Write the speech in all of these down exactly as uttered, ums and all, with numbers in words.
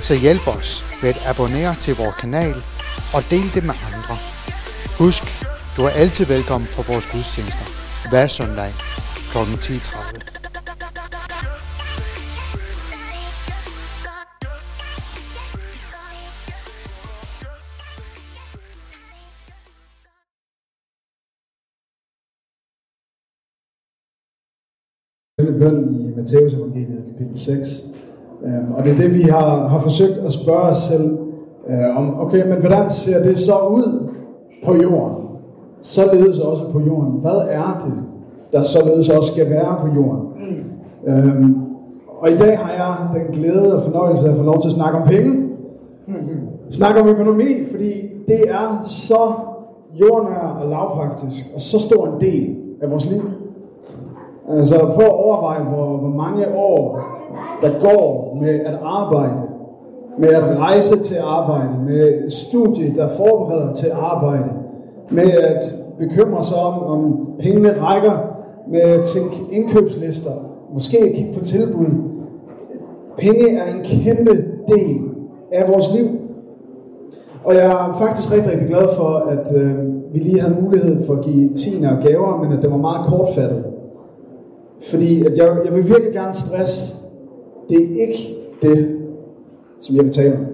Så hjælp os ved at abonnere til vores kanal og del det med andre. Husk, du er altid velkommen på vores gudstjenester hver søndag klokken ti tredive. Denne bøn i Matteus evangeliet kapitel seks. Um, og det er det, vi har, har forsøgt at spørge os selv uh, om. Okay, men hvordan ser det så ud på jorden? Således også på jorden. Hvad er det, der således også skal være på jorden? Mm. Um, og i dag har jeg den glæde og fornøjelse af at få lov til at snakke om penge. Mm-hmm. Snakke om økonomi, fordi det er så jordnær og lavpraktisk, og så stor en del af vores liv. Altså prøv at overveje, hvor, hvor mange år der går med at arbejde, med at rejse til arbejde, med studie, der forbereder til arbejde, med at bekymre sig om, om pengene rækker, med at tænke indkøbslister, måske at kigge på tilbud. Penge er en kæmpe del af vores liv. Og jeg er faktisk rigtig, rigtig glad for, at øh, vi lige havde mulighed for at give tiende og gaver, men at det var meget kortfattet. Fordi at jeg, jeg vil virkelig gerne stresse, det er ikke det, som jeg vil tale om.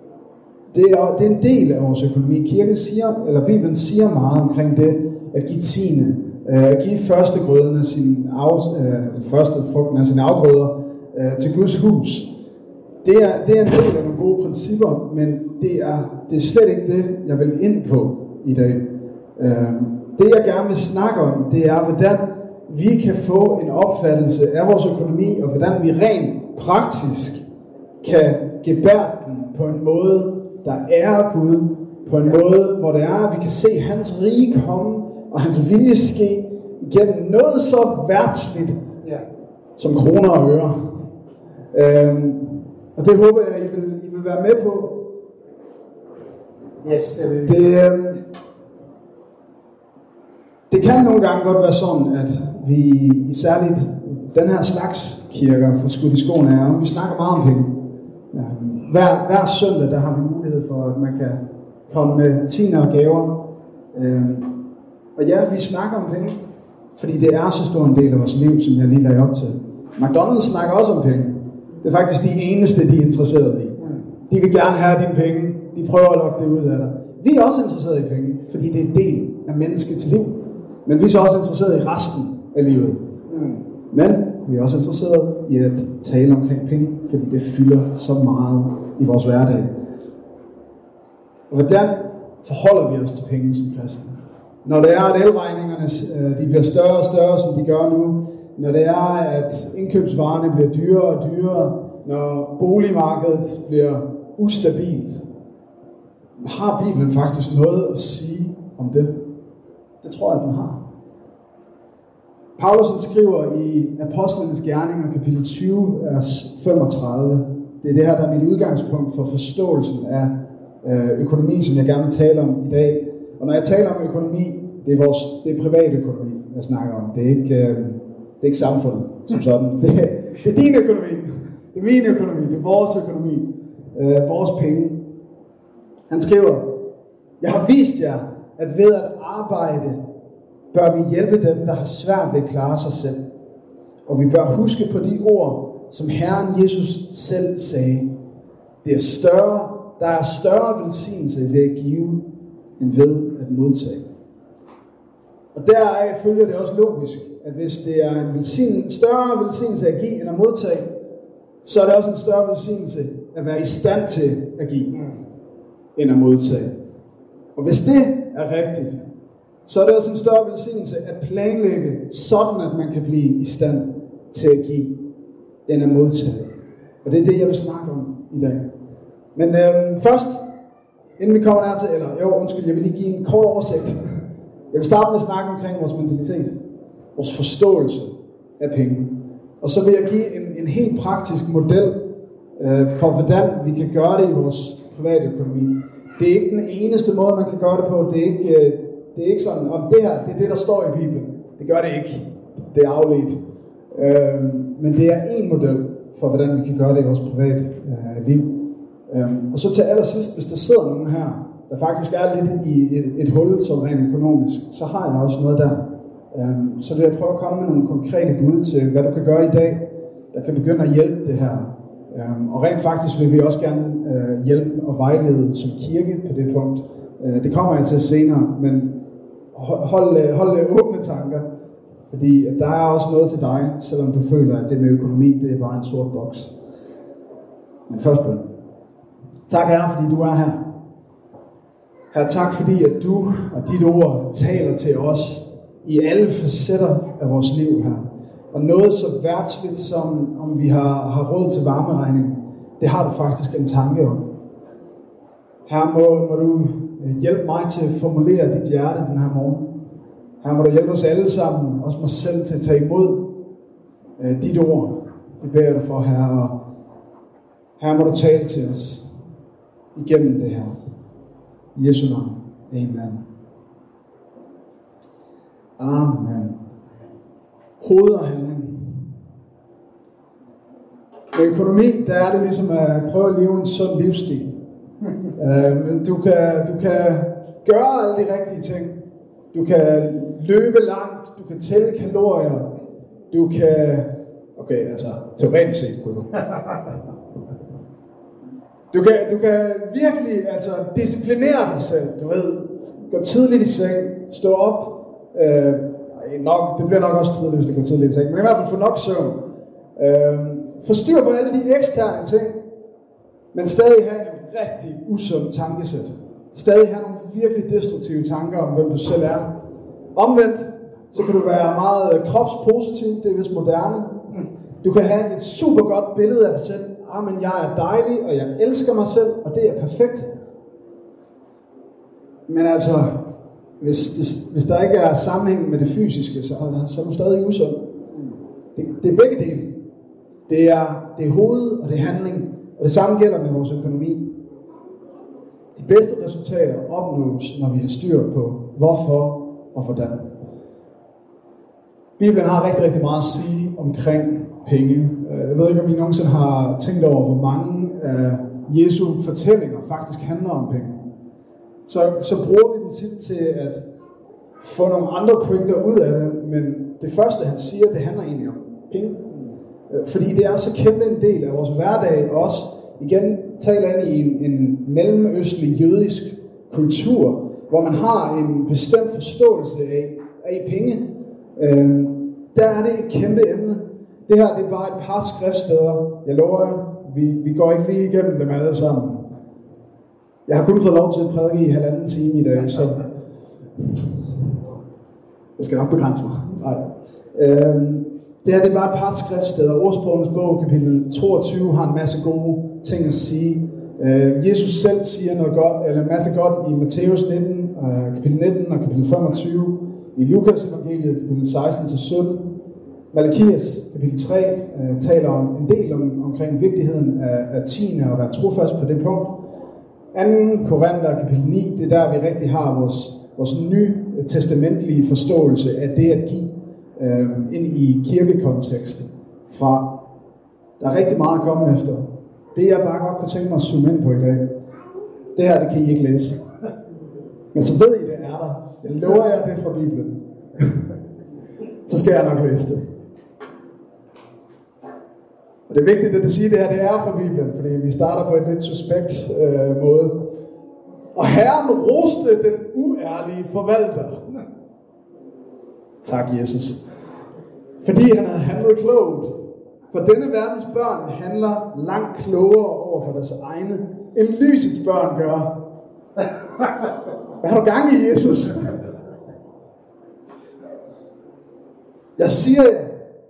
Det er, det er en del af vores økonomi. Kirken siger, eller Bibelen siger meget omkring det, at give tiende, at give første grøden af sin af, øh, første frugten af sine afgrøder øh, til Guds hus. Det er, det er en del af nogle gode principper, men det er, det er slet ikke det, jeg vil ind på i dag. Øh, det jeg gerne vil snakke om, det er, hvordan vi kan få en opfattelse af vores økonomi, og hvordan vi rent praktisk kan gebære den på en måde, der ærer Gud, på en måde, hvor det er, at vi kan se hans rige komme, og hans vilje ske igennem noget så værtsligt, yeah. som kroner og øre. Øhm, og det håber jeg, I vil, I vil være med på. Yes, det vil det, øhm, det kan nogle gange godt være sådan, at vi i særligt den her slags kirker får skudt i skoene af, og vi snakker meget om penge. Ja. Hver, hver søndag, der har vi mulighed for, at man kan komme med tiende og gaver. Øhm, og ja, vi snakker om penge, fordi det er så stor en del af vores liv, som jeg lige lagde op til. McDonald's snakker også om penge. Det er faktisk de eneste, de er interesseret i. De vil gerne have dine penge. De prøver at lokke det ud af dig. Vi er også interesseret i penge, fordi det er en del af menneskets liv. Men vi er så også interesseret i resten af livet. Mm. Men vi er også interesseret i at tale omkring penge, fordi det fylder så meget i vores hverdag. Og hvordan forholder vi os til penge som kristne? Når det er, at elregningerne de bliver større og større, som de gør nu, når det er, at indkøbsvarerne bliver dyrere og dyrere, når boligmarkedet bliver ustabilt, har Bibelen faktisk noget at sige om det? Det tror jeg, den har. Paulus skriver i Apostlenes Gerninger, kapitel tyve, vers femogtredive. Det er det her, der er mit udgangspunkt for forståelsen af økonomi, som jeg gerne vil tale om i dag. Og når jeg taler om økonomi, det er, vores, det er privat økonomi, jeg snakker om. Det er ikke, det er ikke samfundet som sådan. Det er, det er din økonomi. Det er min økonomi. Det er vores økonomi. Vores penge. Han skriver, jeg har vist jer, at ved at arbejde, bør vi hjælpe dem, der har svært ved at klare sig selv. Og vi bør huske på de ord, som Herren Jesus selv sagde. Det er større, der er større velsignelse ved at give, end ved at modtage. Og deraf følger det også logisk, at hvis det er en velsignelse, større velsignelse at give, end at modtage, så er det også en større velsignelse at være i stand til at give, end at modtage. Og hvis det er rigtigt, så er det også en større velsignelse at planlægge, sådan at man kan blive i stand til at give, end at modtage. Og det er det, jeg vil snakke om i dag. Men øhm, først, inden vi kommer dertil, eller jo, undskyld, jeg vil lige give en kort oversigt. Jeg vil starte med at snakke omkring vores mentalitet, vores forståelse af penge. Og så vil jeg give en, en helt praktisk model øh, for, hvordan vi kan gøre det i vores private økonomi. Det er ikke den eneste måde, man kan gøre det på. Det er ikke, øh, det er ikke sådan, om det her, det er det, der står i Bibelen. Det gør det ikke. Det er afledt. Øh, men det er en model for, hvordan vi kan gøre det i vores private øh, liv. Øhm, og så til allersidst, hvis der sidder nogen her, der faktisk er lidt i et, et hul, som rent økonomisk, så har jeg også noget der. Øhm, så vil jeg prøve at komme med nogle konkrete bud til, hvad du kan gøre i dag, der kan begynde at hjælpe det her. Øhm, og rent faktisk vil vi også gerne øh, hjælpe og vejlede som kirke på det punkt. Øh, det kommer jeg til senere, men hold, hold, hold åbne tanker, fordi der er også noget til dig, selvom du føler, at det med økonomi, det er bare en sort boks. Men først bøn. Tak, Herre, fordi du er her. Herre, tak fordi, at du og dit ord taler til os i alle facetter af vores liv her. Og noget så værtsligt som, om vi har, har råd til varmeregning, det har du faktisk en tanke om. Herre, må, må du hjælpe mig til at formulere dit hjerte den her morgen. Herre, må du hjælpe os alle sammen, også mig selv, til at tage imod uh, dit ord. Det beder jeg dig for, Herre. Og Herre, må du tale til os igennem det her. I Jesu navn. Amen. Amen. Hoved og handling. Med økonomi, der er det ligesom at prøve at leve en sund livsstil. Du kan, du kan gøre alle de rigtige ting. Du kan løbe langt, du kan tælle kalorier, du kan... Okay, altså, teoretisk set kunne du. Du kan, du kan virkelig altså, disciplinere dig selv, du ved, gå tidligt i seng, stå op, øh, nok, det bliver nok også tidligt, hvis det går tidligt i seng, men i hvert fald få nok søvn, øh, få styr på alle de eksterne ting, men stadig have en rigtig usund tankesæt, stadig have nogle virkelig destruktive tanker om, hvem du selv er. Omvendt, så kan du være meget kropspositiv, det er vist moderne. Du kan have et super godt billede af dig selv. Ah, men jeg er dejlig, og jeg elsker mig selv, og det er perfekt. Men altså, hvis, det, hvis der ikke er sammenhæng med det fysiske, så, så er du stadig usund. Det, det er begge dele. Det er, det er hoved, og det er handling. Og det samme gælder med vores økonomi. De bedste resultater opnås, når vi har styr på hvorfor og hvordan. Bibelen har rigtig, rigtig meget at sige omkring penge. Jeg ved ikke, om I nogensinde har tænkt over, hvor mange af Jesu fortællinger faktisk handler om penge. Så, så bruger vi dem tit til at få nogle andre pointer ud af det, men det første, han siger, det handler egentlig om penge. Fordi det er så kæmpe en del af vores hverdag, og også igen taler ind i en, en mellemøstlig jødisk kultur, hvor man har en bestemt forståelse af, af penge. Øhm, der er det et kæmpe emne. Det her, det er bare et par skriftsteder. Jeg lover jer, vi, vi går ikke lige igennem dem alle sammen. Jeg har kun fået lov til at prædike i halvanden time i dag, så jeg skal nok begrænse mig. Nej. Øhm, det her, det er bare et par skriftsteder. Ordsprogenes bog, kapitel toogtyve, har en masse gode ting at sige. Øh, Jesus selv siger noget godt, eller en masse godt i Matthæus nitten, øh, kapitel nitten og kapitel femogtyve. I Lukas evangeliet, kapitel seksten til sytten. Malakias, kapitel tre, øh, taler om en del om, omkring vigtigheden af, af tiende og være trofast på det punkt. anden Korinther, kapitel ni, det er der, vi rigtig har vores, vores nye testamentlige forståelse af det at give øh, ind i kirkekontekst fra. Der er rigtig meget at komme efter. Det jeg bare godt kunne tænke mig at zoome ind på i dag, det her, det kan I ikke læse. Men så ved I, det er der. Jeg lover jer det fra Bibelen. Så skal jeg nok læse det. Og det er vigtigt at det sige, det her, det er fra Bibelen, fordi vi starter på et lidt suspekt øh, måde. Og Herren roste den uærlige forvalter. Tak, Jesus. Fordi han havde handlet klogt. For denne verdens børn handler langt klogere over for deres egne, end lysets børn gør. Hvad har du gang i, Jesus? Jeg siger jer,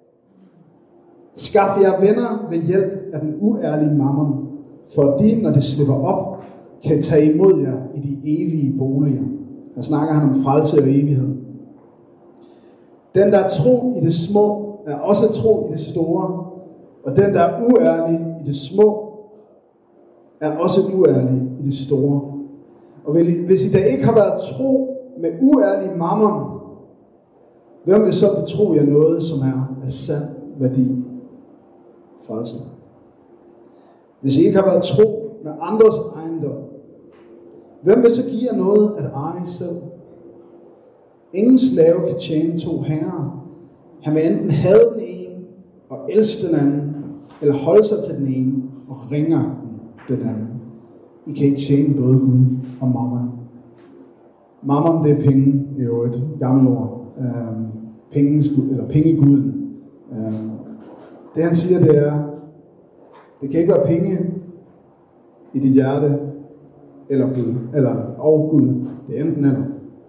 skaf jer venner ved hjælp af den uærlige mammon, for de, når de slipper op, kan tage imod jer i de evige boliger. Her snakker han om frelse og evighed. Den, der er tro i det små, er også tro i det store, og den, der er uærlig i det små, er også uærlig i det store. Og hvis I da ikke har været tro med uærlig mammon, hvem vil så betro jer noget, som er af sand værdi? Frelse. Hvis I ikke har været tro med andres ejendom. Hvem vil så give jer noget at eje selv? Ingen slave kan tjene to herrer. Han vil enten hade den ene og elske den anden, eller holde sig til den ene og ringe den anden. I kan ikke tjene både Gud og mammon. Mammon, det er penge, i øvrigt, gammelt ord. Øhm, pengeskud, eller pengeguden. Øhm, det han siger, det er, det kan ikke være penge i dit hjerte, eller Gud, eller og Gud. Det er enten eller.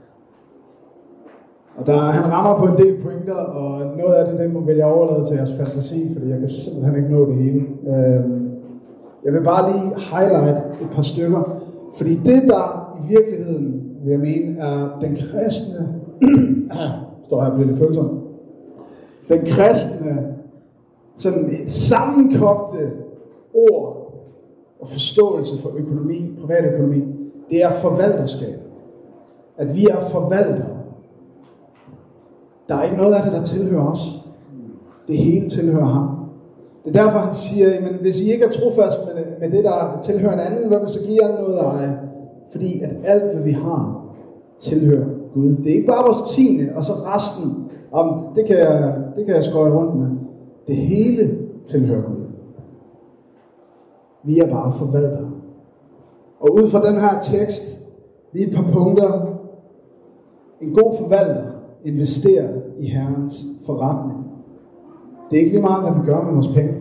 Og der, han rammer på en del pointer, og noget af det, det må vil jeg overlade til jeres fantasi, fordi jeg kan simpelthen ikke nå det hele. Øhm, jeg vil bare lige highlight et par stykker, fordi det, der i virkeligheden, vil jeg mene, er den kristne, står her og bliver lidt følsom, den kristne, sådan sammenkogte ord og forståelse for økonomi, privatøkonomi, det er forvalterskab. At vi er forvaltere. Der er ikke noget af det, der tilhører os. Det hele tilhører ham. Det er derfor, han siger, men hvis I ikke er trofast med, med det, der tilhører en anden, hvem så giver jeg noget at eje? Fordi at alt, hvad vi har, tilhører Gud. Det er ikke bare vores tiende, og så resten, om det kan jeg, det kan jeg skøjte rundt med. Det hele tilhører Gud. Vi er bare forvaltere. Og ud fra den her tekst, lige et par punkter. En god forvalter investerer i Herrens forretning. Det er ikke lige meget, hvad vi gør med vores penge.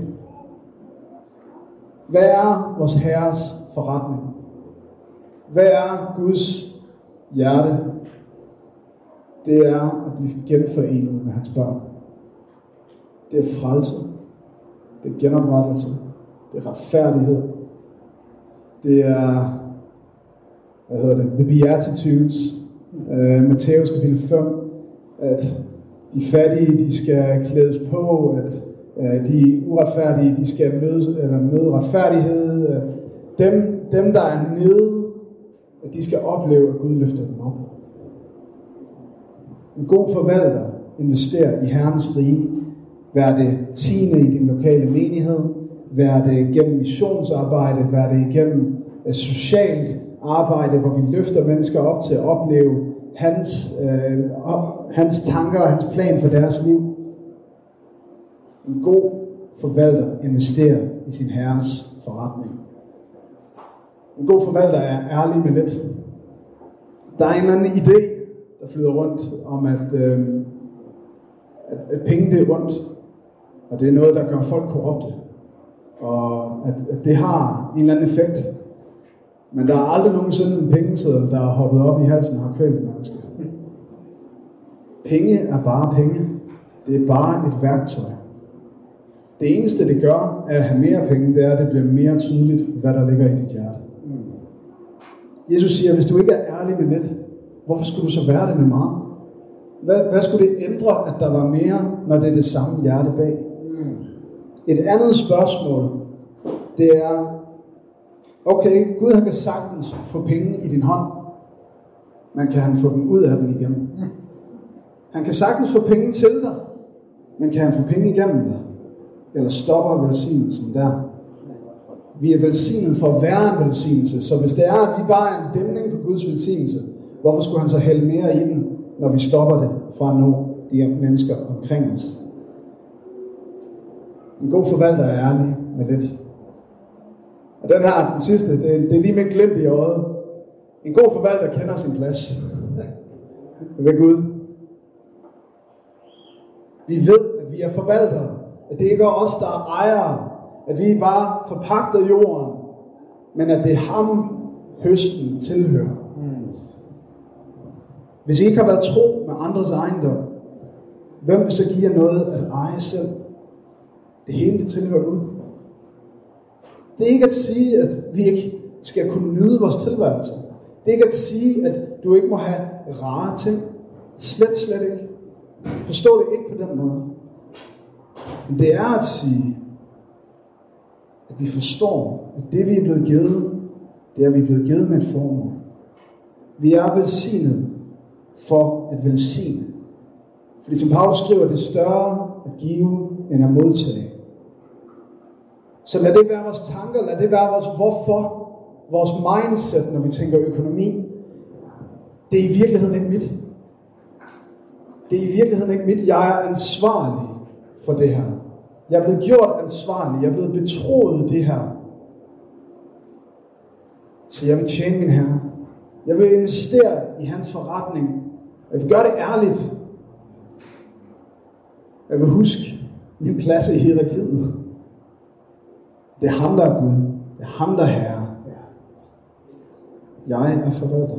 Hvad er vores Herres forretning? Hvad er Guds hjerte? Det er at blive genforenet med hans børn. Det er frelse. Det er genoprettelse. Det er retfærdighed. Det er, hvad hedder det, the Beatitudes. Uh, Matthæus kapitel fem. At de fattige, de skal klædes på, at uh, de uretfærdige, de skal møde, eller møde retfærdighed. Uh, dem, dem, der er nede, at de skal opleve, at Gud løfter dem op. En god forvalter investerer i Herrens rige. Vær det tiende i din lokale menighed. Vær det gennem missionsarbejde. Vær det igennem uh, socialt arbejde, hvor vi løfter mennesker op til at opleve hans, øh, op, hans tanker og hans plan for deres liv. En god forvalter investerer i sin Herres forretning. En god forvalter er ærlig med lidt. Der er en eller anden idé, der flyder rundt om, at, øh, at, at penge det er ondt, og det er noget, der gør folk korrupte, og at, at det har en eller anden effekt. Men der er aldrig nogensinde en pengeseddel, der er hoppet op i halsen og har kvælt et menneske. Penge er bare penge. Det er bare et værktøj. Det eneste, det gør, er at have mere penge, det er, at det bliver mere tydeligt, hvad der ligger i dit hjerte. Jesus siger, hvis du ikke er ærlig med lidt, hvorfor skulle du så være det med meget? Hvad, hvad skulle det ændre, at der var mere, når det er det samme hjerte bag? Et andet spørgsmål, det er, okay, Gud han kan sagtens få penge i din hånd, men kan han få dem ud af den igen? Han kan sagtens få penge til dig, men kan han få penge igennem dig? Eller stopper velsignelsen der? Vi er velsignet for at være en velsignelse, så hvis det er, at vi bare er en dæmning på Guds velsignelse, hvorfor skulle han så hælde mere i den, når vi stopper det fra at nå de her mennesker omkring os? En god forvalter er ærlig med lidt. Og den her, den sidste, det, det er lige med glimt i øjet. En god forvalter kender sin plads. Ved Gud. Vi ved, at vi er forvaltere. At det ikke er os, der er ejere. At vi bare forpagter jorden. Men at det er ham, høsten tilhører. Hvis I ikke har været tro med andres ejendom, hvem vil så give jer noget at eje selv? Det hele det tilhører Gud. Det er ikke at sige, at vi ikke skal kunne nyde vores tilværelse. Det er ikke at sige, at du ikke må have rare ting. Slet, slet ikke. Forstå det ikke på den måde. Men det er at sige, at vi forstår, at det vi er blevet givet, det er at vi er blevet givet med et formål. Vi er velsignet for at velsigne. Fordi som Paulus skriver, det er større at give end at modtage. Så lad det være vores tanker, lad det være vores hvorfor. vores mindset, når vi tænker økonomi, det er i virkeligheden ikke mit. Det er i virkeligheden ikke mit. Jeg er ansvarlig for det her. Jeg er blevet gjort ansvarlig. Jeg er blevet betroet det her. Så jeg vil tjene min herre. Jeg vil investere i hans forretning. Jeg vil gøre det ærligt. Jeg vil huske min plads i hierarkiet. Det er ham, der er Gud. Det er ham, der er herre. Jeg er forvalter.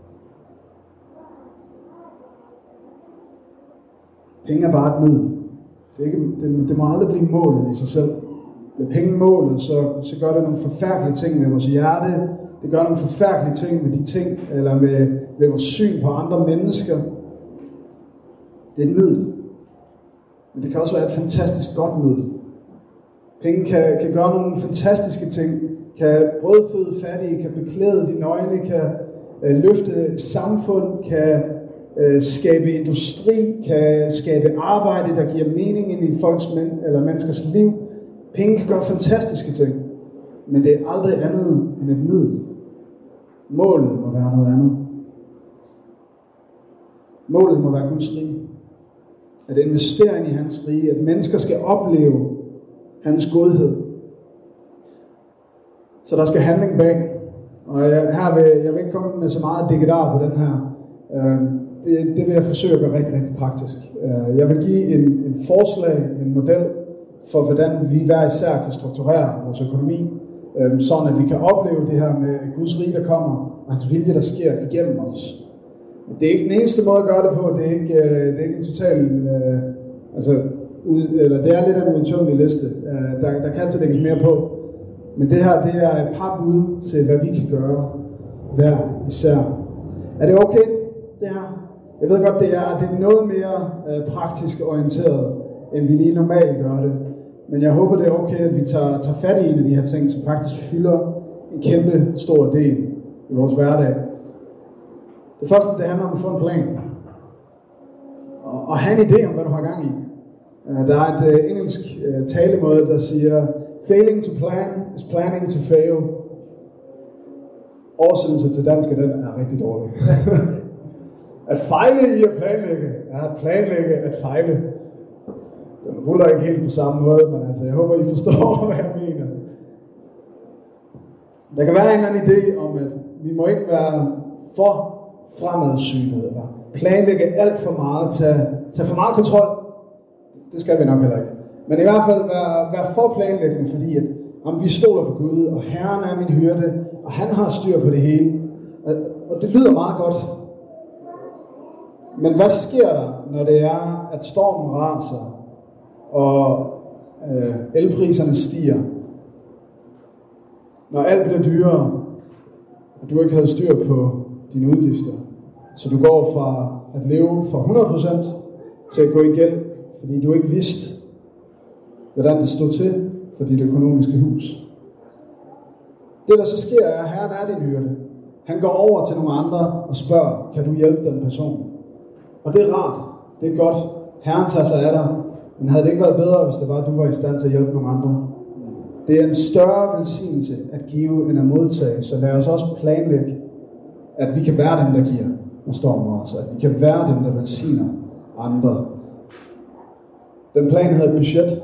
Penge er bare et middel. Det, er ikke, det, det må aldrig blive målet i sig selv. Bliver penge målet, så, så gør det nogle forfærdelige ting med vores hjerte. Det gør nogle forfærdelige ting med de ting, eller med, med vores syn på andre mennesker. Det er et middel. Men det kan også være et fantastisk godt middel. Penge kan, kan gøre nogle fantastiske ting. Kan brødføde fattige, kan beklæde de nøgne, kan øh, løfte samfund, kan øh, skabe industri, kan skabe arbejde, der giver mening ind i folks men, eller menneskers liv. Penge kan gøre fantastiske ting, men det er aldrig andet end et middel. Målet må være noget andet. Målet må være Guds rige. At investere ind i hans rige, at mennesker skal opleve hans godhed. Så der skal handling bag. Og jeg, her vil jeg vil ikke komme med så meget digedar på den her. Øh, det, det vil jeg forsøge at gøre rigtig, rigtig praktisk. Øh, jeg vil give en, en forslag, en model for, hvordan vi hver især kan strukturere vores økonomi, øh, sådan at vi kan opleve det her med Guds rige, der kommer, og hans vilje, der sker igennem os. Det er ikke den eneste måde at gøre det på. Det er ikke, øh, det er ikke en total... Øh, altså, ud, eller det er lidt af en udtømmelig liste. Øh, der, der kan altid lægges mere på. Men det her, det er et par bud til, hvad vi kan gøre hver især. Er det okay, det her? Jeg ved godt, det er, det er noget mere øh, praktisk orienteret, end vi lige normalt gør det. Men jeg håber, det er okay, at vi tager, tager fat i en af de her ting, som faktisk fylder en kæmpe stor del i vores hverdag. Det første, det handler om at få en plan. Og, og have en idé om, hvad du har gang i. Uh, der er et uh, engelsk uh, talemåde, der siger, failing to plan is planning to fail. Oversættelse til dansk, den er rigtig dårlig. At fejle i at planlægge, er at planlægge at fejle. Den ruller ikke helt på samme måde, men altså, jeg håber, I forstår, hvad jeg mener. Der kan være en eller anden idé om, at vi må ikke være for fremadsynet, eller planlægge alt for meget, tage, tage for meget kontrol. Det skal vi nok heller ikke. Men i hvert fald være, være for planlæggende, fordi at, om vi stoler på Gud, og Herren er min hyrde, og han har styr på det hele. Og, og det lyder meget godt. Men hvad sker der, når det er, at stormen raser, og øh, elpriserne stiger? Når alt bliver dyrere, og du ikke havde styr på dine udgifter, så du går fra at leve for hundrede procent til at gå i gæld, fordi du ikke vidste, hvordan det stod til for dit økonomiske hus. Det der så sker er, at Herren er din hyrde. Han går over til nogle andre og spørger, kan du hjælpe den person? Og det er rart, det er godt. Herren tager sig af dig, men havde det ikke været bedre, hvis det var, at du var i stand til at hjælpe nogle andre? Det er en større velsignelse at give end at modtage, så lad os også planlægge, at vi kan være dem, der giver, når stormen raser. At vi kan være dem, der velsigner andre. Den plan hedder et budget.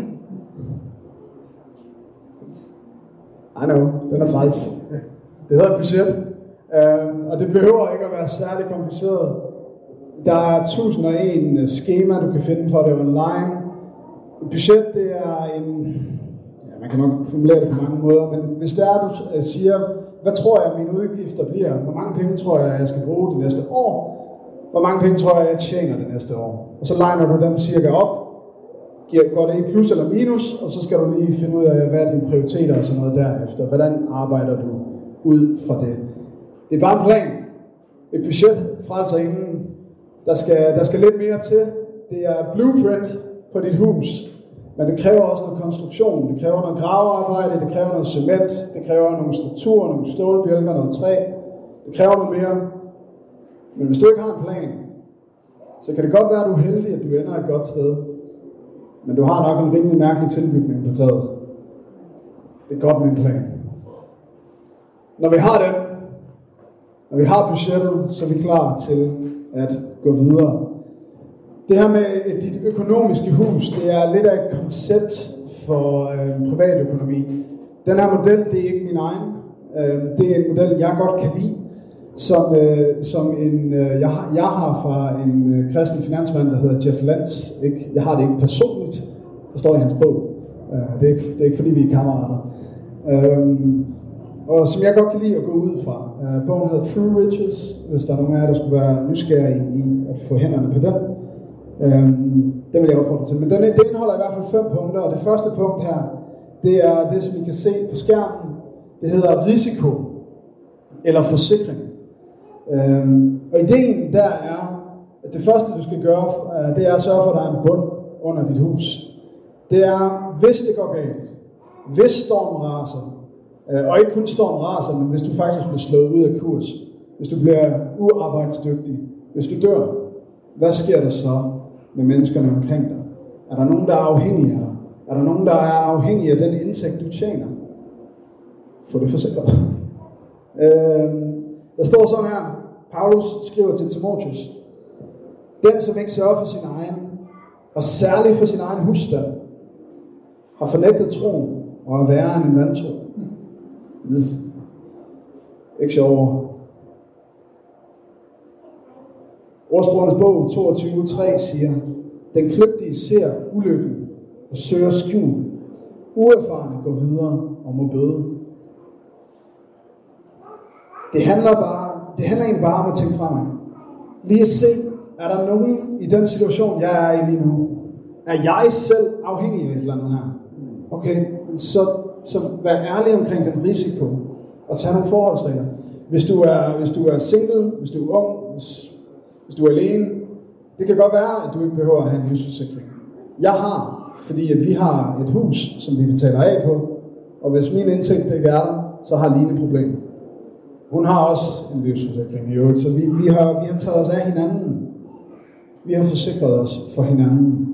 I know, den er træls. Det hedder et budget, uh, og det behøver ikke at være særlig kompliceret. Der er tusind og en skema, du kan finde for det online. Et budget, det er en... Ja, man kan nok formulere det på mange måder, men hvis det er, du siger, hvad tror jeg, mine udgifter bliver? Hvor mange penge tror jeg, jeg skal bruge det næste år? Hvor mange penge tror jeg, jeg tjener det næste år? Og så legner du dem cirka op. Går det i plus eller minus, og så skal du lige finde ud af, hvad er dine prioriteter og sådan noget derefter. Hvordan arbejder du ud fra det? Det er bare en plan. Et budget frelser ingen. Der skal, der skal lidt mere til. Det er blueprint på dit hus. Men det kræver også noget konstruktion. Det kræver noget gravearbejde, det kræver noget cement, det kræver nogle strukturer, nogle stålbjælker, noget træ. Det kræver noget mere. Men hvis du ikke har en plan, så kan det godt være, at du er heldig, at du ender et godt sted. Men du har nok en rimelig mærkelig tilbygning på taget. Det er godt med en plan. Når vi har den, når vi har budgettet, så er vi klar til at gå videre. Det her med dit økonomiske hus, det er lidt af et koncept for øh, privatøkonomi. Den her model, det er ikke min egen. Øh, det er en model, jeg godt kan lide, som, øh, som en, øh, jeg, har, jeg har fra en øh, kristen finansmand, der hedder Jeff Lentz. Ikke? Jeg har det ikke personligt, det står i hans bog. Øh, det, er ikke, det er ikke fordi, vi er kammerater. Øh, og som jeg godt kan lide at gå ud fra. Øh, bogen hedder True Riches, hvis der er nogen af jer, der skulle være nysgerrige i at få hænderne på den. Øhm, den vil jeg opfordre til. Men den, det indeholder i hvert fald fem punkter, og det første punkt her, det er det, som I kan se på skærmen. Det hedder risiko eller forsikring. Øhm, og ideen der er, at det første du skal gøre, det er at sørge for, at der er en bund under dit hus. Det er, hvis det går galt, hvis stormen raser, øh, og ikke kun stormen raser, men hvis du faktisk bliver slået ud af kurs, hvis du bliver uarbejdsdygtig, hvis du dør, hvad sker der så med menneskerne omkring dig? Er der nogen, der er afhængige af dig? Er der nogen, der er afhængige af den indtægt, du tjener? Få det forsikret. øhm, der står sådan her, Paulus skriver til Timotheus: den, som ikke sørger for sin egen, og særligt for sin egen husstand, har fornægtet troen og er værre end en vantro. Yes. Ikke sjovere. Ordsprogenes bog toogtyve tre siger: den kløgtige ser ulykken og søger skjul. Uerfarne går videre og må bøde. Det handler, bare, det handler egentlig bare om at tænke fremad. Lige at se, er der nogen i den situation, jeg er i lige nu? Er jeg selv afhængig af et eller andet her? Okay, så, så vær ærlig omkring den risiko og tag nogle forholdsregler. Hvis du er, hvis du er single, hvis du er ung, hvis, hvis du er alene, det kan godt være, at du ikke behøver at have en livsforsikring. Jeg har, fordi at vi har et hus, som vi betaler af på, og hvis min indtægt ikke er der, så har Line problemer. Hun har også en livsforsikring i øvrigt, så vi, vi, har, vi har taget os af hinanden. Vi har forsikret os for hinanden.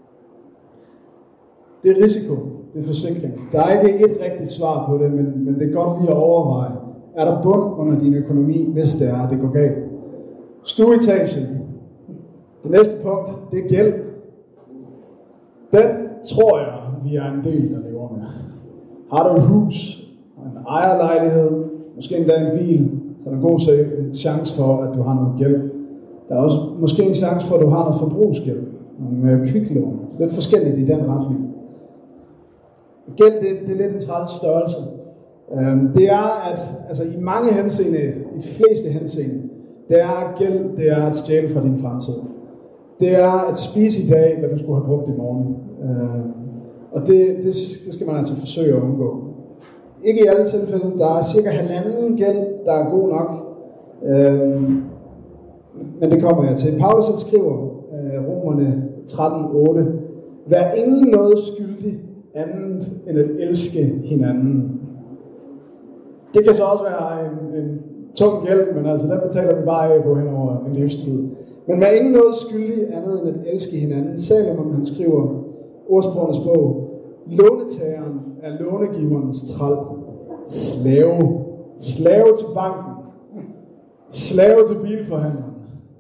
Det er risiko, det er forsikring. Der er ikke et rigtigt svar på det, men, men det er godt lige at overveje. Er der bund under din økonomi, hvis det er, det går galt? Stueetagen. Det næste punkt, det er gæld. Den tror jeg, vi er en del, der lever med. Har du et hus, en ejerlejlighed, måske endda en bil, så er der en god chance for, at du har noget gæld. Der er også måske en chance for, at du har noget forbrugsgæld, nogle kviklån. Lidt forskelligt i den retning. Gæld, det, det er lidt en træls størrelse. Det er, at altså, i mange henseende, i de fleste henseende, det er gæld, det er at stjæle fra din fremtid. Det er at spise i dag, hvad du skulle have brugt i morgen. Og det, det, det skal man altså forsøge at undgå. Ikke i alle tilfælde. Der er cirka halvanden gæld, der er god nok. Øhm, men det kommer jeg til. Paulus skriver, øh, Romerne tretten otte: vær ingen noget skyldig andet end at elske hinanden. Det kan så også være en, en tung gæld, men altså den betaler vi bare af på hen over en livstid. Men vær ingen noget skyldig andet end at elske hinanden. Salomon, han skriver, Ordsprogenes bog: lånetageren er lånegiverens træl. Slave. Slave til banken. Slave til bilforhandleren.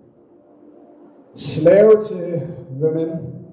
Slave til hvem end.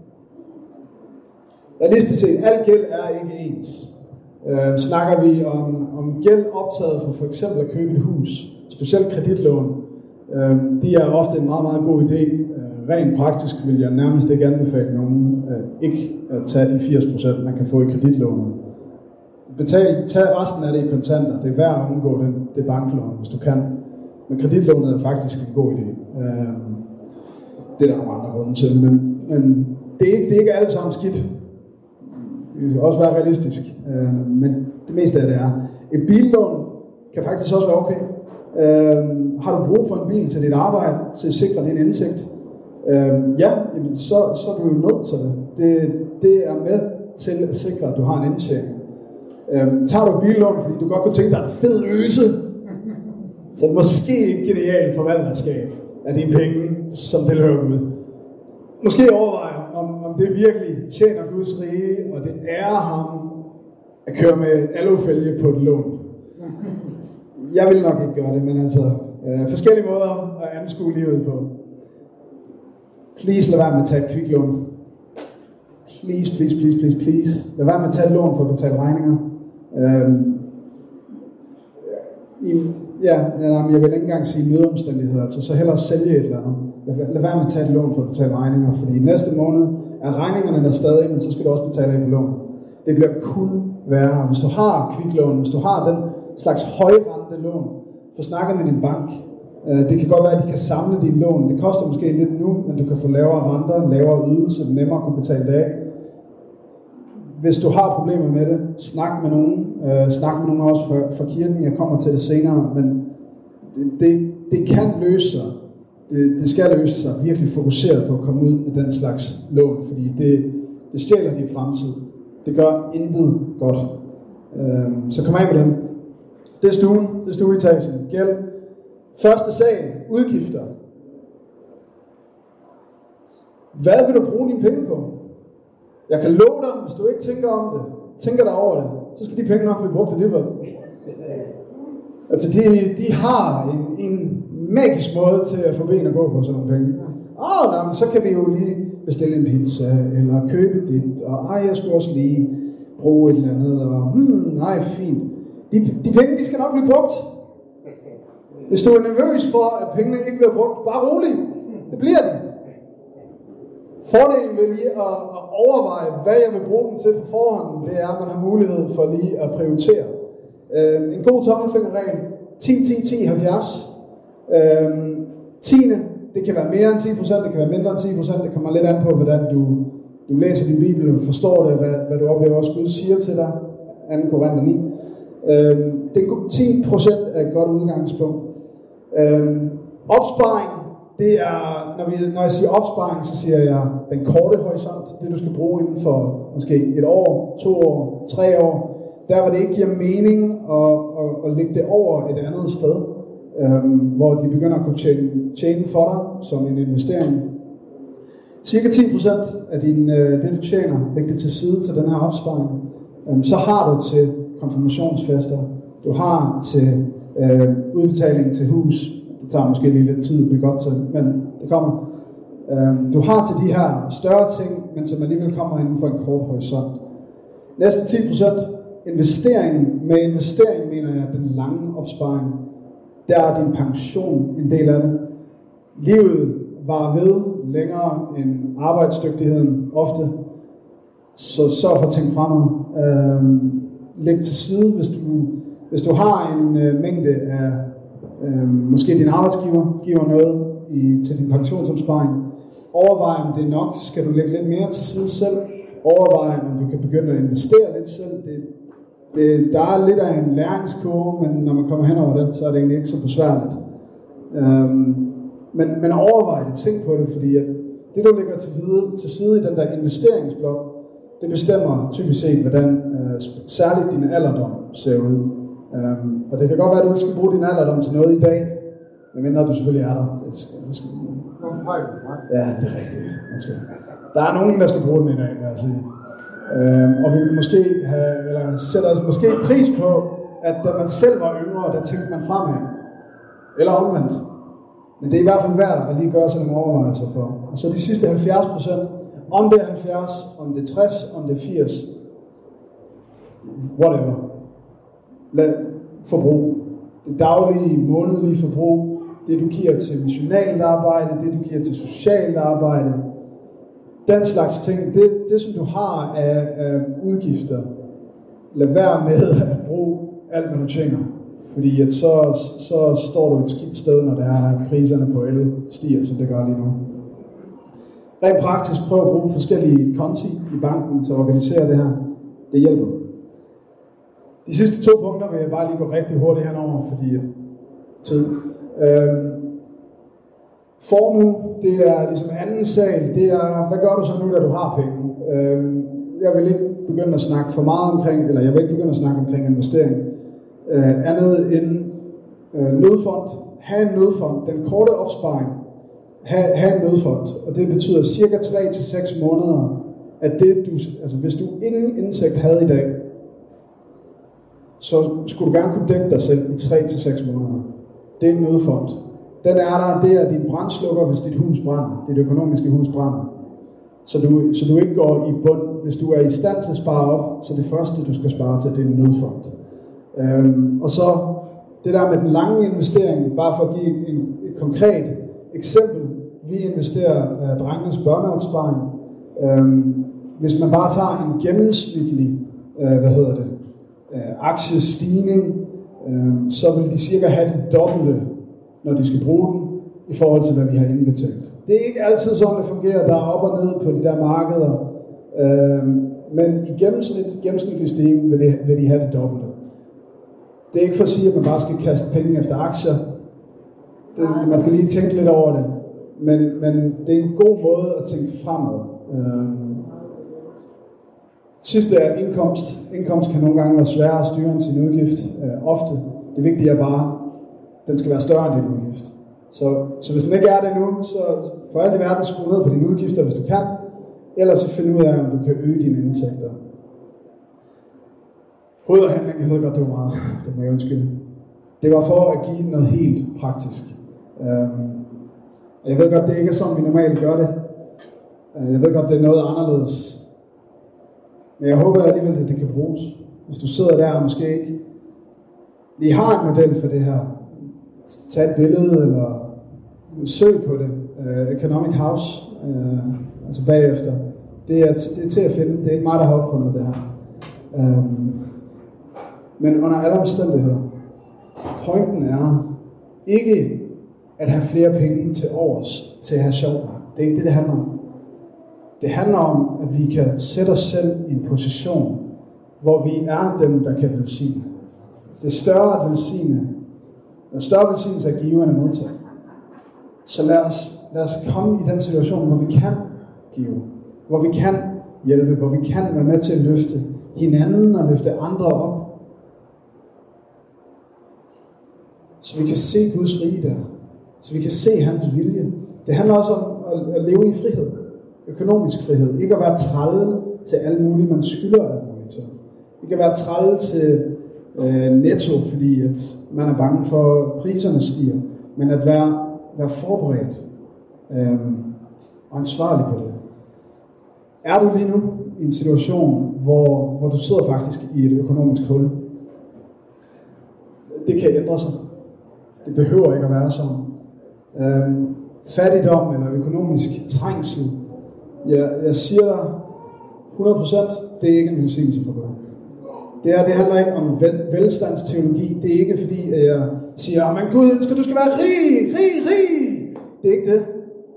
Realistisk set, al gæld er ikke ens. Øh, snakker vi om, om gæld optaget for for eksempel at købe et hus, specielt kreditlån, øh, de er ofte en meget, meget god idé. Øh, rent praktisk vil jeg nærmest ikke anbefale nogen øh, ikke at tage de firs procent, man kan få i kreditlånet. Betal, tag resten af det i kontanter. Det er værd at undgå det, det banklån, hvis du kan. Men kreditlånet er faktisk en god idé. Øh, det er der nogle andre grunde til, men, men det, er ikke, det er ikke alle sammen skidt. Det skal også være realistisk, øh, men det meste af det er. Et billån kan faktisk også være okay. Øh, har du brug for en bil til dit arbejde, til at sikre din indtægt? Øh, ja, så, så er du jo nødt til det. det. Det er med til at sikre, at du har en indtjening. Øh, tager du et billån, fordi du godt kunne tænke dig en fed øse, så er det måske ikke genialt forvalterskab af dine penge, som tilhører Gud. Måske overveje, om, om det virkelig tjener Guds rige, og det er ham at køre med alufælge på et lån. Jeg vil nok ikke gøre det, men altså øh, forskellige måder at anskue livet på. Please lad være med at tage et kviklån. Please, please, please, please, please. Lad være med at tage et lån for at betale regninger. Øhm, i, ja, jeg vil ikke engang sige nødomstændigheder, altså så hellere sælge et eller andet. Lad, lad være med at tage et lån for at betale regninger, fordi næste måned er regningerne der stadig, men så skal du også betale af på lån. Det bliver kun værre. Hvis du har kviklån, hvis du har den slags højrente lån, få snakket med din bank. Det kan godt være, at de kan samle dine lån. Det koster måske lidt nu, men du kan få lavere renter, lavere ydelse, nemmere kunne betale det af. Hvis du har problemer med det, snak med nogen. Uh, snak med nogen også fra, fra kirken. Jeg kommer til det senere, men det, det, det kan løse sig. Det, det skal løse sig. Virkelig fokuseret på at komme ud af den slags lån, fordi det, det stjæler din fremtid. Det gør intet godt. Uh, så kom af med dem. Det er stuen, det er stueetagen. Gæld. Første sag, udgifter. Hvad vil du bruge dine penge på? Jeg kan love dig, hvis du ikke tænker om det, tænker dig over det, så skal de penge nok blive brugt alligevel. Altså, de, de har en, en magisk måde til at få ben at gå på sådan nogle penge. Åh, nej, men så kan vi jo lige bestille en pizza, eller købe dit, og ej, jeg skulle også lige bruge et eller andet, og hmm, nej, fint. De, de penge, de skal nok blive brugt. Hvis du er nervøs for, at pengene ikke bliver brugt, bare rolig. Det bliver de. Fordelen ved lige at, at overveje, hvad jeg vil bruge dem til på forhånd, det er, at man har mulighed for lige at prioritere. Øh, en god tommelfingerregel, ti, ti, ti, halvfjerds. Øh, tiende, det kan være mere end ti procent, det kan være mindre end ti procent, det kommer lidt an på, hvordan du, du læser din bibel, og forstår det, hvad, hvad du oplever, også Gud siger til dig, anden Korinther ni. Øh, det er ti procent er et godt udgangspunkt. Øh, opsparing, det er, når, vi, når jeg siger opsparing, så siger jeg den korte horisont, det du skal bruge inden for måske et år, to år, tre år, der hvor det ikke giver mening at, at, at lægge det over et andet sted, øhm, hvor de begynder at kunne tjene, tjene for dig som en investering. Cirka ti procent af din, øh, det du tjener, læg det til side til den her opsparing. Øhm, så har du til konfirmationsfester, du har til øh, udbetaling til hus. Det tager måske lige lidt tid at bygge op til, men det kommer. Øhm, du har til de her større ting, men som alligevel kommer inden for en kort horisont. Næste ti procent investering. Med investering mener jeg den lange opsparing. Der er din pension en del af det. Livet varer ved længere end arbejdsdygtigheden ofte. Så sørg for at tænke fremad. Øhm, læg til side, hvis du, hvis du har en øh, mængde af Øhm, måske din arbejdsgiver giver noget i, til din pensionsopsparing. Overvej om det er nok. Skal du lægge lidt mere til side selv? Overvej om du kan begynde at investere lidt selv. Det, det, der er lidt af en læringskurve, men når man kommer hen over den, så er det egentlig ikke så besværligt. Øhm, men, men overvej det. Tænk på det, fordi at det du lægger til, vide, til side i den der investeringsblok, det bestemmer typisk set, hvordan øh, særligt din alderdom ser ud. Um, og det kan godt være, at du ikke skal bruge din alderdom til noget i dag, medmindre du selvfølgelig er der. Det skal, det skal... Ja, det er rigtigt. Skal... Der er nogen, der skal bruge den i dag, lad os sige. Um, og vi vil måske have, eller sætter os måske pris på, at da man selv var yngre, der tænkte man fremad. Eller omvendt. Men det er i hvert fald værd at lige gøre sig nogle overvejelser for. Og så de sidste halvfjerds procent, om det er halvfjerds, om det er tres, om det er firs, whatever. Lad forbrug, det daglige, månedlige forbrug, det du giver til missionalt arbejde, det du giver til socialt arbejde, den slags ting, det, det som du har af, af udgifter, lad være med at bruge alt, hvad du tjener, fordi at så, så står du et skidt sted, når der er priserne på el stiger, som det gør lige nu. Rent praktisk, prøv at bruge forskellige konti i banken til at organisere det her. Det hjælper. De sidste to punkter vil jeg bare lige gå rigtig hurtigt henover, fordi tid. Øhm, formue, det er ligesom anden sag, det er, hvad gør du så nu, da du har penge? Øhm, jeg vil ikke begynde at snakke for meget omkring, eller jeg vil ikke begynde at snakke omkring investering, øh, andet end øh, nødfond. Ha' en nødfond, den korte opsparing, ha, ha en nødfond, og det betyder cirka tre til seks måneder, at det du, altså hvis du ingen indtægt havde i dag, så skulle du gerne kunne dække dig selv i tre til seks måneder. Det er en nødfond. Den er der, det er din brandslukker, hvis dit hus brænder, dit økonomiske hus brænder. Så du, så du ikke går i bund. Hvis du er i stand til at spare op, så det første, du skal spare til, det er en nødfond. Øhm, og så det der med den lange investering, bare for at give en, et konkret eksempel. Vi investerer uh, drengenes børneopsparing. Øhm, hvis man bare tager en gennemsnitlig uh, hvad hedder det, uh, aktiestigning, uh, så vil de cirka have det dobbelte, når de skal bruge den, i forhold til, hvad vi har indbetalt. Det er ikke altid sådan, det fungerer. Der er op og ned på de der markeder. Øh, men i gennemsnit, gennemsnitlig stigning vil, det, vil de have det dobbelte. Det er ikke for at sige, at man bare skal kaste penge efter aktier. Det, man skal lige tænke lidt over det. Men, men det er en god måde at tænke fremad. Øh, sidste er indkomst. Indkomst kan nogle gange være sværere at styre end sin udgift. Øh, ofte. Det vigtige er bare, den skal være større end din udgift. Så, så hvis den ikke er det nu, så for alt i verden skru ned på dine udgifter, hvis du kan. Ellers så find ud af, om du kan øge dine indtægter. Hovedhandling, jeg ved godt, det var meget. Det må jeg undskylde. Det var for at give noget helt praktisk. Jeg ved godt, det ikke er sådan, vi normalt gør det. Jeg ved godt, det er noget anderledes. Men jeg håber alligevel, at det kan bruges. Hvis du sidder der og måske ikke lige har en model for det her, tag et billede eller søg på det. Uh, Economic House, uh, altså bagefter. Det er, det er til at finde. Det er ikke mig, der har opfundet det her. Um, men under alle omstændigheder, pointen er ikke at have flere penge til overs til at have sjov. Det er ikke det, det handler om. Det handler om, at vi kan sætte os selv i en position, hvor vi er dem, der kan velsigne. Det er større at velsigne. Den større velsignelse er give end at modtage. Så lad os, lad os komme i den situation, hvor vi kan give. Hvor vi kan hjælpe. Hvor vi kan være med til at løfte hinanden og løfte andre op. Så vi kan se Guds rige der. Så vi kan se hans vilje. Det handler også om at, at leve i frihed. Økonomisk frihed. Ikke at være trælle til alt muligt, man skylder alt muligt til. Ikke at være trælle til øh, netto, fordi at man er bange for, at priserne stiger. Men at være, være forberedt øh, og ansvarlig på det. Er du lige nu i en situation, hvor, hvor du sidder faktisk i et økonomisk hul? Det kan ændre sig. Det behøver ikke at være sådan. Øh, fattigdom eller økonomisk trængsel. Jeg, jeg siger dig hundrede procent, det er ikke en velsignelse for Gud. Det, er, det handler ikke om vel, velstandsteologi. Det er ikke fordi, at jeg siger, men Gud, skal, du skal være rig, rig, rig. Det er ikke det.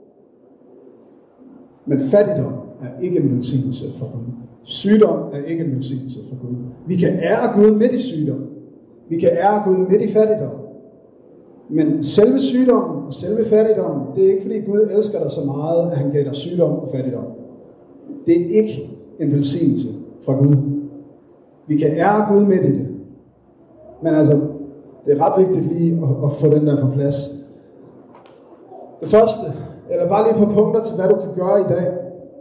Men fattigdom er ikke en velsignelse for Gud. Sygdom er ikke en velsignelse for Gud. Vi kan ære Gud midt i sygdom. Vi kan ære Gud midt i fattigdom. Men selve sygdommen og selve fattigdommen, det er ikke fordi Gud elsker dig så meget, at han gav dig sygdom og fattigdom. Det er ikke en velsignelse fra Gud. Vi kan ære Gud midt i det. Men altså, det er ret vigtigt lige at, at få den der på plads. Det første, eller bare lige på punkter til, hvad du kan gøre i dag.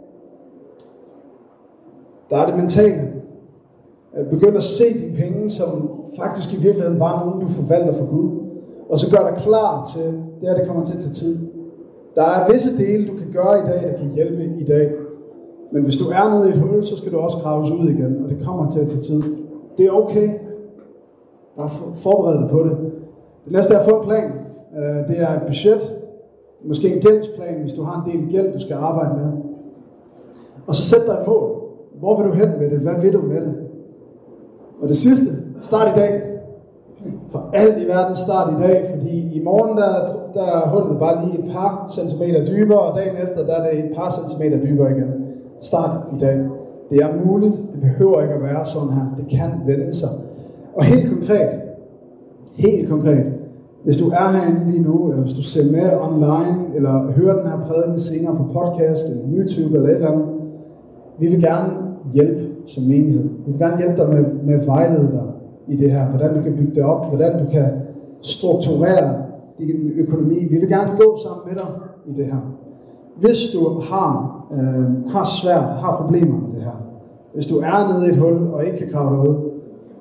Der er det mentale. Begynd at se dine penge, som faktisk i virkeligheden bare nogen, du forvalter for Gud. Og så gør dig klar til, det her det kommer til at tage tid. Der er visse dele, du kan gøre i dag, der kan hjælpe i dag. Men hvis du er nede i et hul, så skal du også graves ud igen, og det kommer til at tage tid. Det er okay. Bare forbered dig på det. Det næste er at få en plan. Det er et budget. Måske en gældsplan, hvis du har en del gæld, du skal arbejde med. Og så sæt dig et mål. Hvor vil du hen med det? Hvad vil du med det? Og det sidste, start i dag. For alt i verden start i dag, fordi i morgen der, der er hullet bare lige et par centimeter dybere, og dagen efter der er det et par centimeter dybere igen. Start i dag. Det er muligt, det behøver ikke at være sådan her. Det kan vende sig. Og helt konkret, helt konkret, hvis du er herinde lige nu, eller hvis du ser med online, eller hører den her prædiken senere på podcast, eller YouTube, eller et eller andet, vi vil gerne hjælpe som menighed. Vi vil gerne hjælpe dig med, med vejlede dig i det her, hvordan du kan bygge det op, hvordan du kan strukturere din økonomi. Vi vil gerne gå sammen med dig i det her. Hvis du har, øh, har svært, har problemer med det her, hvis du er nede i et hul og ikke kan grave dig ud,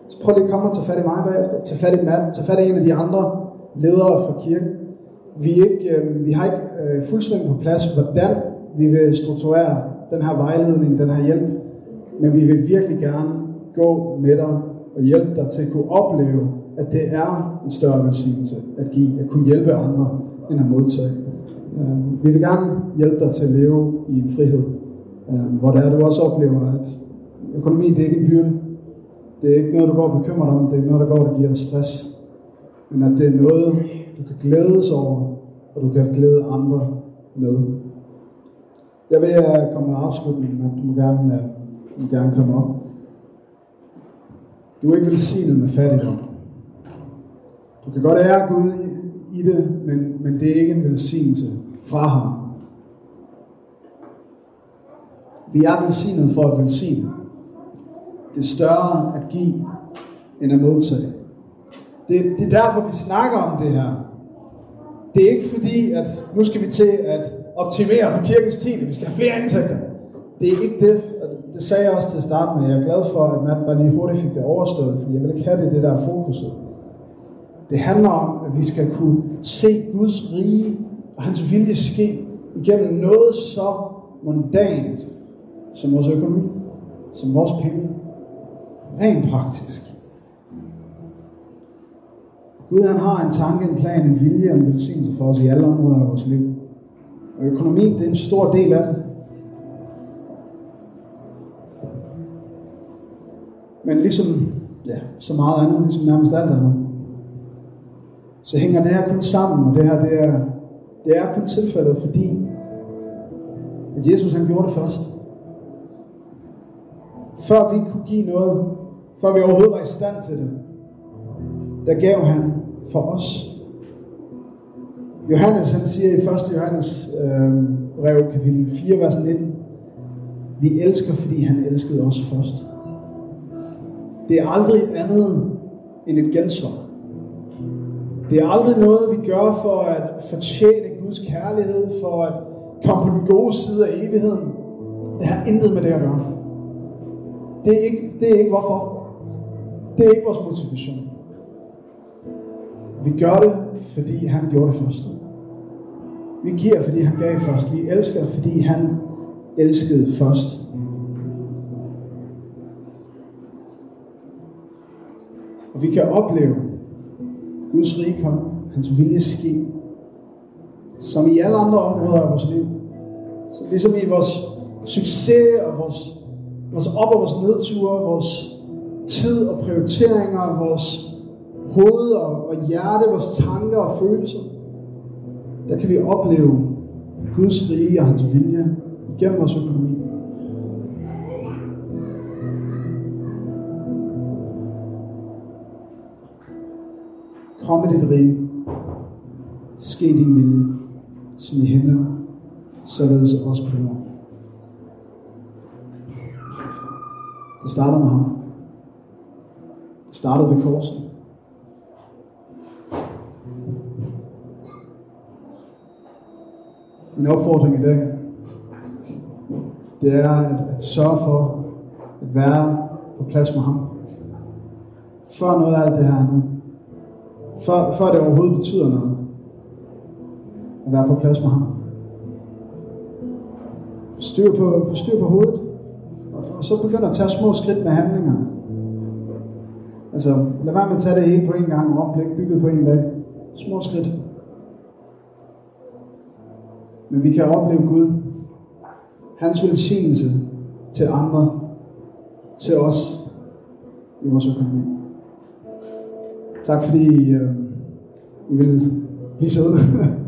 Så prøv lige at komme og tage fat i mig bagefter. Tag fat i Matt. Tag fat i en af de andre ledere fra kirken. Vi, er ikke, øh, vi har ikke øh, fuldstændig på plads, hvordan vi vil strukturere den her vejledning, den her hjælp. Men vi vil virkelig gerne gå med dig og hjælpe dig til at kunne opleve, at det er en større velsignelse at give, at kunne hjælpe andre end at modtage. Øh, vi vil gerne hjælpe dig til at leve i en frihed, øh, hvor der er, du også oplever, at økonomi det er ikke en byrde. Det er ikke noget, du går og bekymrer dig om. Det er ikke noget, der går og giver dig stress. Men at det er noget, du kan glædes over, og du kan glæde andre med. Jeg vil komme med afslutningen, men du må gerne, du må gerne komme op. Du er ikke velsignet med fattigdom. Du kan godt ære Gud i, i det, men, men det er ikke en velsignelse fra ham. Vi er velsignet for at velsigne. Det er større at give, end at modtage. Det, det er derfor, vi snakker om det her. Det er ikke fordi, at nu skal vi til at optimere på kirkens tiende. Vi skal have flere indtægter. Det er ikke det. Og det sagde jeg også til at starte med. Jeg er glad for, at Matt bare lige hurtigt fik det overstået, fordi jeg vil ikke have det, det der fokuset. Det handler om, at vi skal kunne se Guds rige og hans vilje ske igennem noget så mundant som vores økonomi, som vores penge. Rent praktisk. Gud han har en tanke, en plan, en vilje og en velsignelse for os i alle områder af vores liv. Og økonomi, det er en stor del af det. Men ligesom ja, så meget andet, ligesom nærmest alt andet, så hænger det her kun sammen, og det her det er, det er kun tilfældet, fordi at Jesus han gjorde det først. Før vi kunne give noget, før vi overhovedet var i stand til det, der gav han for os. Johannes han siger i første Johannes øh, brev kapitel fire vers nitten, vi elsker fordi han elskede os først. Det er aldrig andet end et gensvar. Det er aldrig noget vi gør for at fortjene Guds kærlighed, for at komme på den gode side af evigheden. Det har intet med det at gøre. Det er ikke, det er ikke hvorfor. Det er ikke vores motivation. Vi gør det, fordi han gjorde det først. Vi giver, fordi han gav først. Vi elsker, fordi han elskede først. Og vi kan opleve Guds rige komme, hans vilje ske, som i alle andre områder af vores liv. Så ligesom i vores succes og vores, vores op- og vores nedture, vores tid og prioriteringer, vores hoved og, og hjerte, vores tanker og følelser, der kan vi opleve Guds rige og hans vilje igennem vores økonomi. Kom med dit rige. Ske din vilje, som i himlen, således også på jorden. Det starter med ham. Det startede ved korset. Min opfordring i dag, det er at, at sørge for at være på plads med ham. Før noget af alt det her andet. Før, før det overhovedet betyder noget. At være på plads med ham. Få styr på, få styr på hovedet. Og, og så begynder at tage små skridt med handlingerne. Altså, lad være med at tage det hele på en gang. Rom bliver ikke bygget på en dag. Små skridt. Men vi kan opleve Gud. Hans velsignelse til andre. Til os. I vores økonomi. Tak fordi øh, I vil blive siddende.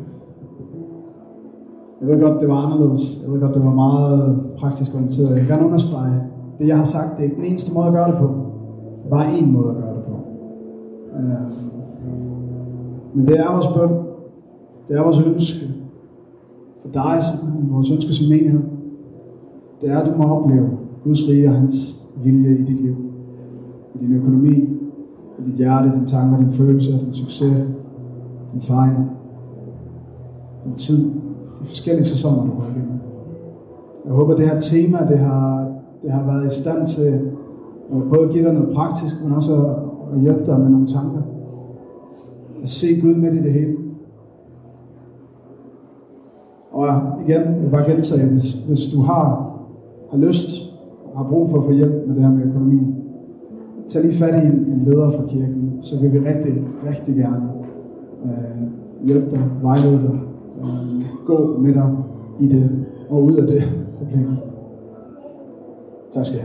Jeg ved godt, det var anderledes. Jeg ved godt, det var meget praktisk orienteret. Jeg vil gerne understrege, det jeg har sagt, det er ikke den eneste måde at gøre det på. Det er bare én måde at gøre det på. Øh, men det er vores bøn. Det er vores ønske. For dig, vores ønske som menighed. Det er, at du må opleve Guds rige og hans vilje i dit liv. I din økonomi. I dit hjerte, dine tanker, dine følelser, din succes, din fejl, din tid, de forskellige sæsoner, du går igennem. Jeg håber, det her tema, det har, det har været i stand til Både give dig noget praktisk, men også at hjælpe dig med nogle tanker. At se Gud midt i det hele. Og igen, jeg vil bare gentage, hvis, hvis du har, har lyst, har brug for at få hjælp med det her med økonomien, tag lige fat i en, en leder fra kirken, så vil vi rigtig, rigtig gerne øh, hjælpe dig, vejlede dig, øh, gå med dig i det, og ud af det problem. Tak skal jeg have.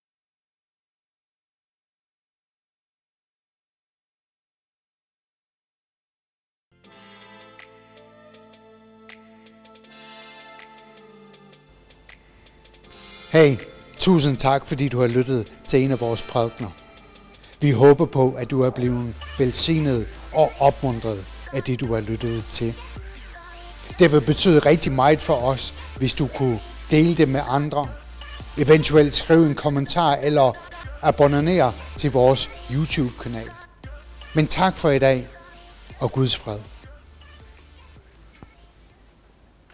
Hey, tusind tak, fordi du har lyttet til en af vores prædikener. Vi håber på, at du er blevet velsignet og opmuntret af det, du har lyttet til. Det vil betyde rigtig meget for os, hvis du kunne dele det med andre, eventuelt skrive en kommentar eller abonnere til vores YouTube-kanal. Men tak for i dag, og Guds fred.